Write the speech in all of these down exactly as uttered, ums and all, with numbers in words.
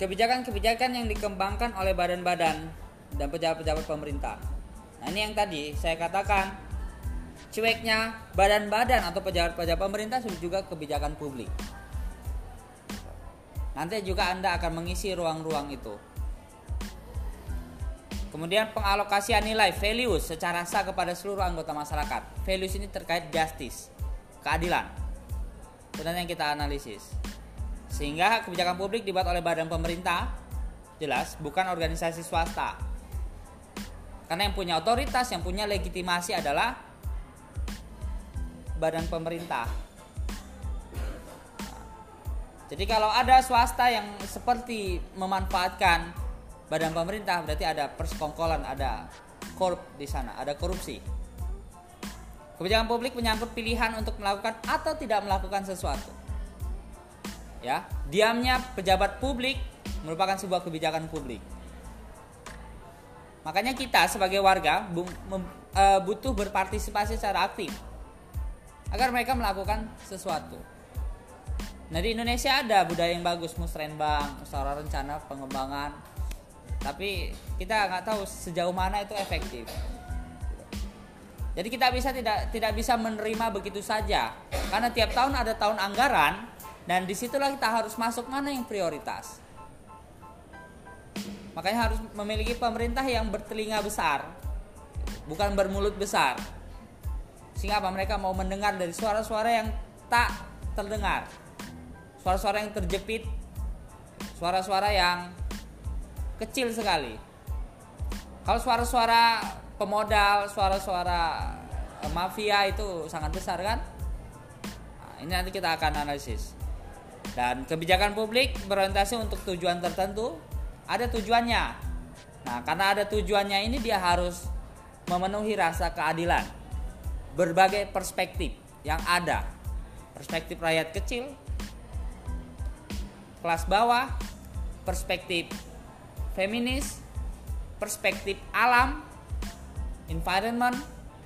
kebijakan-kebijakan yang dikembangkan oleh badan-badan dan pejabat-pejabat pemerintah. Nah, ini yang tadi saya katakan, cueknya badan-badan atau pejabat-pejabat pemerintah juga kebijakan publik. Nanti juga Anda akan mengisi ruang-ruang itu. Kemudian pengalokasian nilai values secara sah kepada seluruh anggota masyarakat. Values ini terkait justice, keadilan. Sebenarnya yang kita analisis. Sehingga kebijakan publik dibuat oleh badan pemerintah, jelas bukan organisasi swasta. Karena yang punya otoritas, yang punya legitimasi adalah badan pemerintah. Jadi kalau ada swasta yang seperti memanfaatkan badan pemerintah, berarti ada persekongkolan, ada korup di sana, ada korupsi. Kebijakan publik menyangkut pilihan untuk melakukan atau tidak melakukan sesuatu. Ya, diamnya pejabat publik merupakan sebuah kebijakan publik. Makanya kita sebagai warga butuh berpartisipasi secara aktif agar mereka melakukan sesuatu. Nah, di Indonesia ada budaya yang bagus, musrenbang, musyawarah rencana pengembangan. Tapi kita nggak tahu sejauh mana itu efektif. Jadi kita bisa tidak tidak bisa menerima begitu saja, karena tiap tahun ada tahun anggaran. Dan disitulah kita harus masuk mana yang prioritas. Makanya harus memiliki pemerintah yang bertelinga besar, bukan bermulut besar. Sehingga apa? Mereka mau mendengar dari suara-suara yang tak terdengar, suara-suara yang terjepit, suara-suara yang kecil sekali. Kalau suara-suara pemodal, suara-suara mafia itu sangat besar kan? Nah, ini nanti kita akan analisis. Dan kebijakan publik berorientasi untuk tujuan tertentu, ada tujuannya. Nah, karena ada tujuannya ini dia harus memenuhi rasa keadilan. Berbagai perspektif yang ada. Perspektif rakyat kecil, kelas bawah, perspektif feminis, perspektif alam, environment,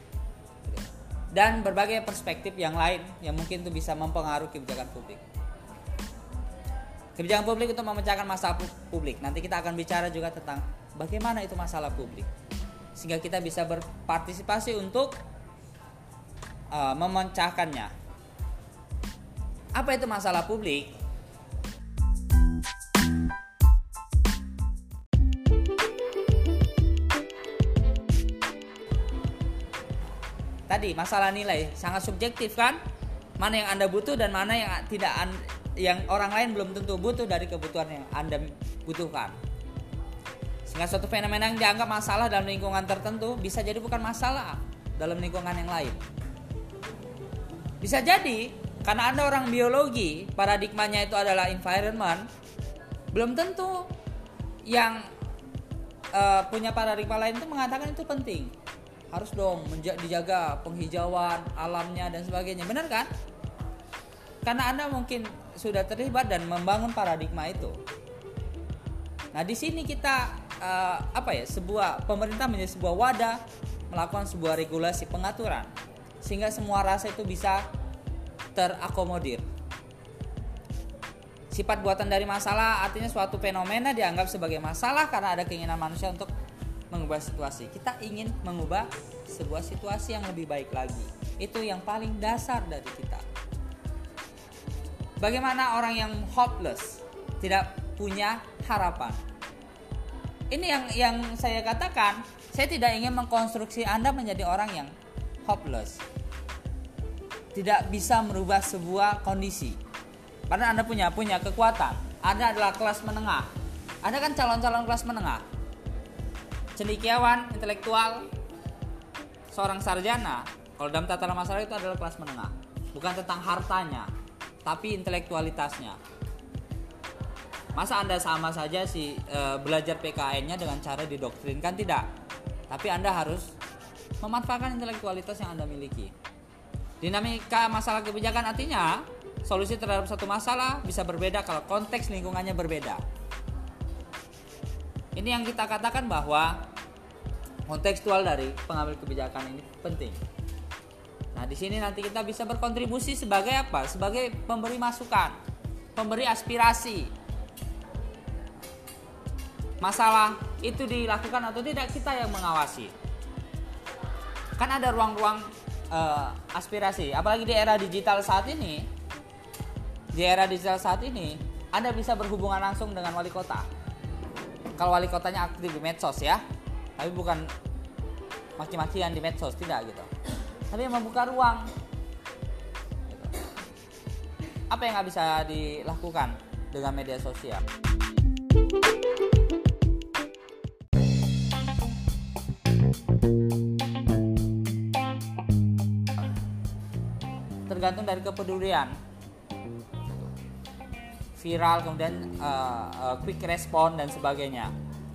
dan berbagai perspektif yang lain yang mungkin itu bisa mempengaruhi kebijakan publik. Kebijakan publik untuk memecahkan masalah publik. Nanti kita akan bicara juga tentang bagaimana itu masalah publik, sehingga kita bisa berpartisipasi untuk uh, memecahkannya. Apa itu masalah publik? Tadi masalah nilai sangat subjektif kan? Mana yang Anda butuh dan mana yang tidak yang orang lain belum tentu butuh dari kebutuhan yang Anda butuhkan. Sehingga suatu fenomena yang dianggap masalah dalam lingkungan tertentu bisa jadi bukan masalah dalam lingkungan yang lain. Bisa jadi karena Anda orang biologi, paradigmanya itu adalah environment, belum tentu yang uh, punya paradigma lain itu mengatakan itu penting. Harus dong dijaga penghijauan alamnya dan sebagainya, benar kan? Karena Anda mungkin sudah terlibat dan membangun paradigma itu. Nah, di sini kita uh, apa ya? Sebuah pemerintah menjadi sebuah wadah melakukan sebuah regulasi pengaturan sehingga semua rasa itu bisa terakomodir. Sifat buatan dari masalah artinya suatu fenomena dianggap sebagai masalah karena ada keinginan manusia untuk mengubah situasi. Kita ingin mengubah sebuah situasi yang lebih baik lagi. Itu yang paling dasar dari kita. Bagaimana orang yang hopeless, tidak punya harapan. Ini yang yang saya katakan, saya tidak ingin mengkonstruksi Anda menjadi orang yang hopeless. Tidak bisa merubah sebuah kondisi. Karena Anda punya punya kekuatan. Anda adalah kelas menengah. Anda kan calon-calon kelas menengah. Cendekiawan, intelektual, seorang sarjana. Kalau dalam tataran masyarakat itu adalah kelas menengah. Bukan tentang hartanya, tapi intelektualitasnya. Masa Anda sama saja sih e, belajar P K N-nya dengan cara didoktrinkan? Tidak. Tapi Anda harus memanfaatkan intelektualitas yang Anda miliki. Dinamika masalah kebijakan artinya solusi terhadap satu masalah bisa berbeda kalau konteks lingkungannya berbeda. Ini yang kita katakan bahwa kontekstual dari pengambil kebijakan ini penting. Nah, di sini nanti kita bisa berkontribusi sebagai apa? Sebagai pemberi masukan, pemberi aspirasi. masalah itu dilakukan atau tidak, kita yang mengawasi. Kan ada ruang-ruang uh, aspirasi, apalagi di era digital saat ini. Di era digital saat ini, Anda bisa berhubungan langsung dengan wali kota. Kalau wali kotanya aktif di medsos ya, tapi bukan maki-makian di medsos, tidak gitu. Tapi membuka ruang. Apa yang nggak bisa dilakukan dengan media sosial? Tergantung dari kepedulian. Viral, kemudian uh, uh, quick respon dan sebagainya.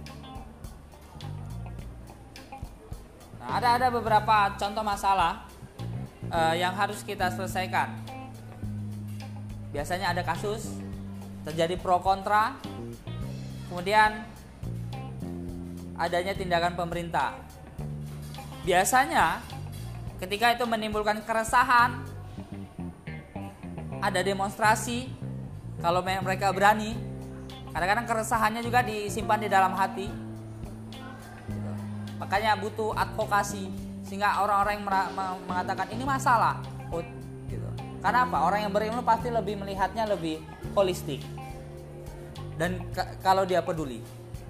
Nah, ada ada beberapa contoh masalah uh, yang harus kita selesaikan. Biasanya ada kasus, terjadi pro kontra, kemudian adanya tindakan pemerintah. Biasanya ketika itu menimbulkan keresahan, ada demonstrasi, kalau mereka berani, kadang-kadang keresahannya juga disimpan di dalam hati. Makanya butuh advokasi, sehingga orang-orang yang mengatakan ini masalah. Karena apa? Orang yang berilmu pasti lebih melihatnya lebih holistik. Dan k- kalau dia peduli,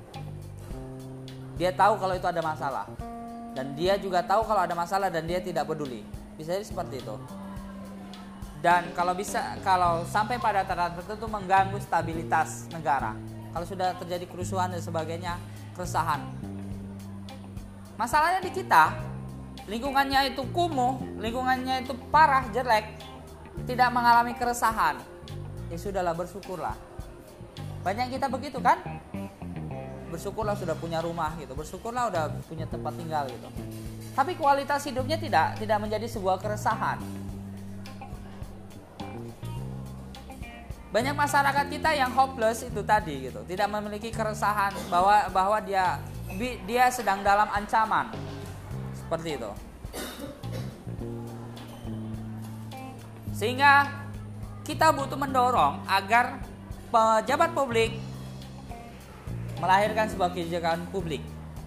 dia tahu kalau itu ada masalah. Dan dia juga tahu kalau ada masalah dan dia tidak peduli. Bisa jadi seperti itu. Dan kalau bisa, kalau sampai pada tataran tertentu mengganggu stabilitas negara. Kalau sudah terjadi kerusuhan dan sebagainya, keresahan. Masalahnya di kita, lingkungannya itu kumuh, lingkungannya itu parah, jelek. Tidak mengalami keresahan, ya sudahlah, bersyukurlah. Banyak kita begitu kan, bersyukurlah sudah punya rumah gitu, bersyukurlah udah punya tempat tinggal gitu. Tapi kualitas hidupnya tidak tidak menjadi sebuah keresahan. Banyak masyarakat kita yang hopeless itu tadi gitu, tidak memiliki keresahan bahwa bahwa dia dia sedang dalam ancaman, seperti itu. Sehingga kita butuh mendorong agar pejabat publik melahirkan sebuah kebijakan publik.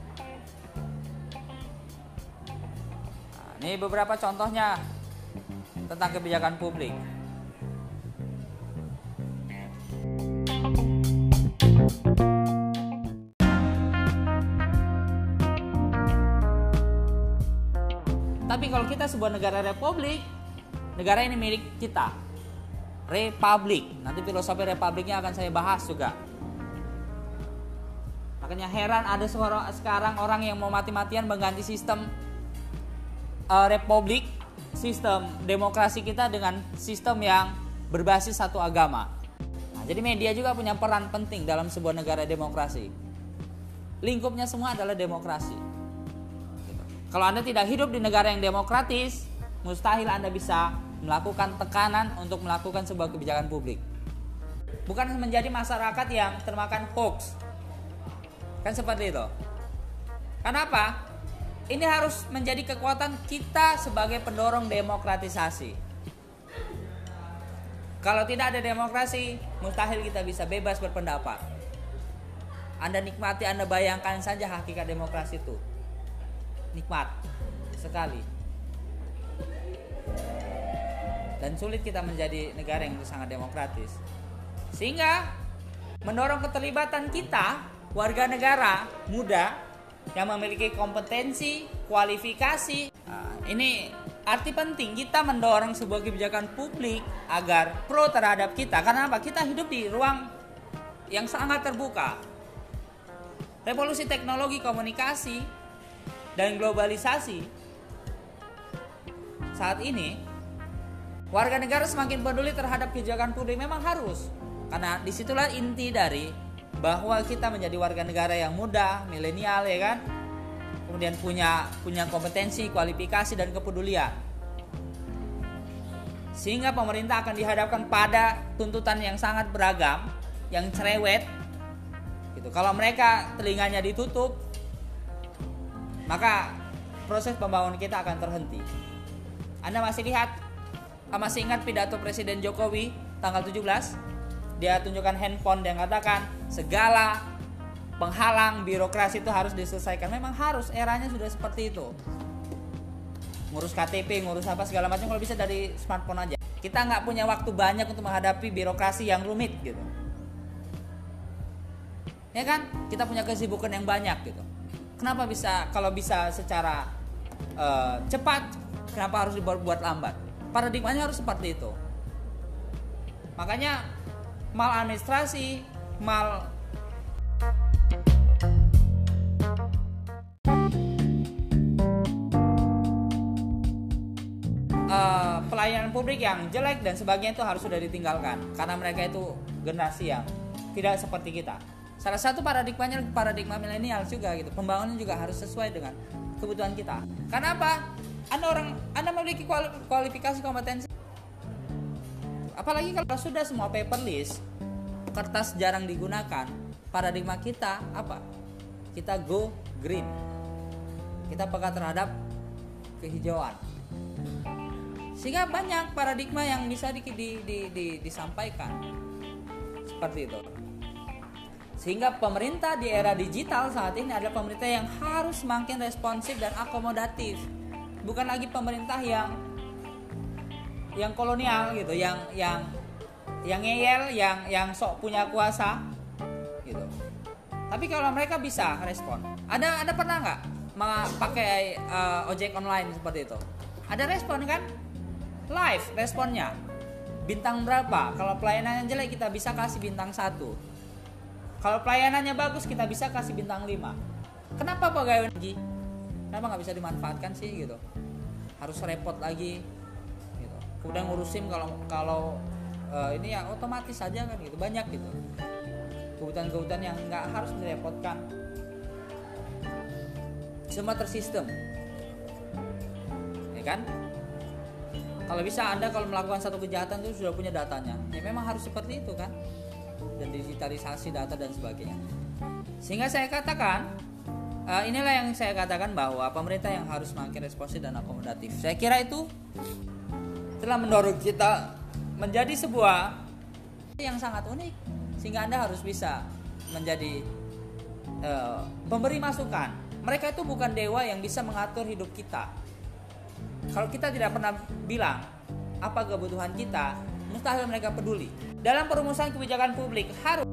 Nah, ini beberapa contohnya tentang kebijakan publik. Tapi kalau kita sebuah negara republik, negara ini milik kita, republik. Nanti filosofi republiknya akan saya bahas juga. Makanya heran ada sekarang orang yang mau mati-matian mengganti sistem uh, republik, sistem demokrasi kita dengan sistem yang berbasis satu agama. Nah, jadi media juga punya peran penting dalam sebuah negara demokrasi. Lingkupnya semua adalah demokrasi. Kalau Anda tidak hidup di negara yang demokratis, mustahil Anda bisa melakukan tekanan untuk melakukan sebuah kebijakan publik. Bukan menjadi masyarakat yang termakan hoax. Kan seperti itu. Kenapa? Ini harus menjadi kekuatan kita sebagai pendorong demokratisasi. Kalau tidak ada demokrasi, mustahil kita bisa bebas berpendapat. Anda nikmati, Anda bayangkan saja hakikat demokrasi itu. Nikmat sekali. Dan sulit kita menjadi negara yang sangat demokratis. Sehingga mendorong keterlibatan kita, warga negara muda yang memiliki kompetensi, kualifikasi. Nah, ini arti penting kita mendorong sebuah kebijakan publik agar pro terhadap kita. Karena apa? Kita hidup di ruang yang sangat terbuka. Revolusi teknologi komunikasi dan globalisasi saat ini, warga negara semakin peduli terhadap kebijakan publik, memang harus. Karena disitulah inti dari bahwa kita menjadi warga negara yang muda, milenial ya kan. Kemudian punya punya kompetensi, kualifikasi dan kepedulian. Sehingga pemerintah akan dihadapkan pada tuntutan yang sangat beragam, yang cerewet. Gitu. Kalau mereka telinganya ditutup, maka proses pembangunan kita akan terhenti. Anda masih lihat, masih ingat pidato Presiden Jokowi tanggal tujuh belas? Dia tunjukkan handphone dan katakan segala penghalang birokrasi itu harus diselesaikan. Memang harus, eranya sudah seperti itu. Ngurus K T P, ngurus apa segala macam kalau bisa dari smartphone aja. Kita nggak punya waktu banyak untuk menghadapi birokrasi yang rumit gitu. Ya kan? Kita punya kesibukan yang banyak gitu. Kenapa bisa, kalau bisa secara uh, cepat, kenapa harus dibuat lambat? Paradigmanya harus seperti itu. Makanya maladministrasi, mal uh, pelayanan publik yang jelek dan sebagainya itu harus sudah ditinggalkan, karena mereka itu generasi yang tidak seperti kita. Salah satu paradigmanya paradigma milenial juga gitu. Pembangunan juga harus sesuai dengan kebutuhan kita. Karena apa? Anda orang, Anda memiliki kualifikasi kompetensi. Apalagi kalau sudah semua paperless, kertas jarang digunakan, paradigma kita apa? Kita go green. Kita peka terhadap kehijauan. Sehingga banyak paradigma yang bisa di, di, di, di, disampaikan. Seperti itu. Sehingga pemerintah di era digital saat ini adalah pemerintah yang harus semakin responsif dan akomodatif. Bukan lagi pemerintah yang yang kolonial gitu, yang yang yang ngeyel, yang yang sok punya kuasa gitu. Tapi kalau mereka bisa respon. Ada ada pernah nggak pakai uh, ojek online seperti itu? Ada respon kan? Live responnya. Bintang berapa? Kalau pelayanannya jelek kita bisa kasih bintang satu. Kalau pelayanannya bagus kita bisa kasih bintang lima. Kenapa pegawai lagi? Kenapa nggak bisa dimanfaatkan sih gitu? Harus repot lagi. Kemudian ngurusin kalau kalau uh, ini ya otomatis saja kan gitu, banyak gitu kebutuhan-kebutuhan yang nggak harus direpotkan, semua tersistem, ya kan? Kalau bisa Anda kalau melakukan satu kejahatan itu sudah punya datanya, ya memang harus seperti itu kan, dan digitalisasi data dan sebagainya. Sehingga saya katakan uh, inilah yang saya katakan bahwa pemerintah yang harus semakin responsif dan akomodatif. Saya kira itu telah mendorong kita menjadi sebuah yang sangat unik, sehingga Anda harus bisa menjadi uh, pemberi masukan. Mereka itu bukan dewa yang bisa mengatur hidup kita. Kalau kita tidak pernah bilang apa kebutuhan kita, mustahil mereka peduli. Dalam perumusan kebijakan publik harus.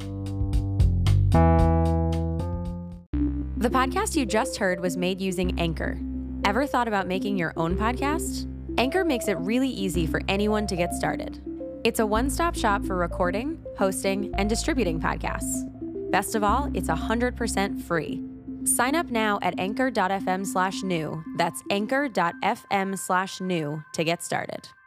The podcast you just heard was made using Anchor. Ever thought about making your own podcast? Anchor makes it really easy for anyone to get started. It's a one-stop shop for recording, hosting, and distributing podcasts. Best of all, it's one hundred percent free. Sign up now at anchor dot f m slash new. That's anchor dot f m slash new to get started.